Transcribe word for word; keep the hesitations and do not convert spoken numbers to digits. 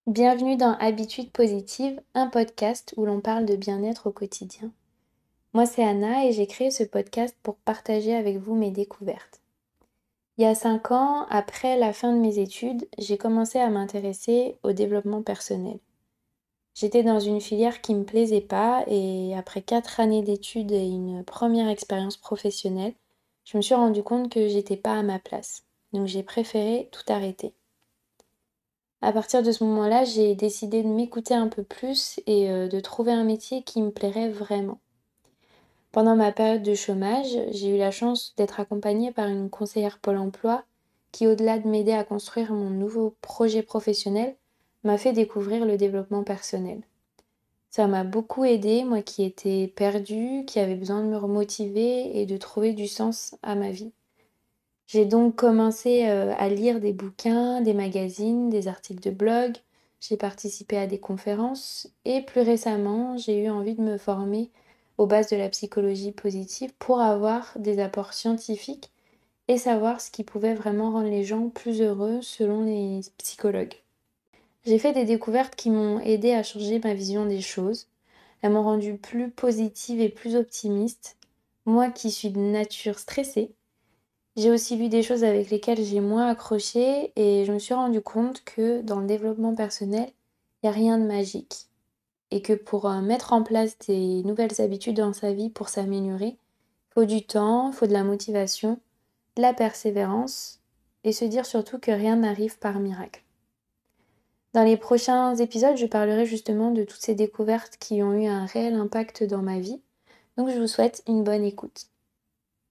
Bienvenue dans Habitudes positives, un podcast où l'on parle de bien-être au quotidien. Moi c'est Anna et j'ai créé ce podcast pour partager avec vous mes découvertes. Il y a cinq ans, après la fin de mes études, j'ai commencé à m'intéresser au développement personnel. J'étais dans une filière qui me plaisait pas et après quatre années d'études et une première expérience professionnelle, je me suis rendu compte que j'étais pas à ma place. Donc j'ai préféré tout arrêter. À partir de ce moment-là, j'ai décidé de m'écouter un peu plus et euh, de trouver un métier qui me plairait vraiment. Pendant ma période de chômage, j'ai eu la chance d'être accompagnée par une conseillère Pôle emploi qui, au-delà de m'aider à construire mon nouveau projet professionnel, m'a fait découvrir le développement personnel. Ça m'a beaucoup aidée, moi qui étais perdue, qui avait besoin de me remotiver et de trouver du sens à ma vie. J'ai donc commencé euh, à lire des bouquins, des magazines, des articles de blog. J'ai participé à des conférences et plus récemment, j'ai eu envie de me former aux bases de la psychologie positive pour avoir des apports scientifiques et savoir ce qui pouvait vraiment rendre les gens plus heureux selon les psychologues. J'ai fait des découvertes qui m'ont aidé à changer ma vision des choses. Elles m'ont rendue plus positive et plus optimiste. Moi qui suis de nature stressée, j'ai aussi vu des choses avec lesquelles j'ai moins accroché et je me suis rendu compte que dans le développement personnel, il n'y a rien de magique. Et que pour euh, mettre en place des nouvelles habitudes dans sa vie pour s'améliorer, il faut du temps, il faut de la motivation, de la persévérance et se dire surtout que rien n'arrive par miracle. Dans les prochains épisodes, je parlerai justement de toutes ces découvertes qui ont eu un réel impact dans ma vie. Donc je vous souhaite une bonne écoute.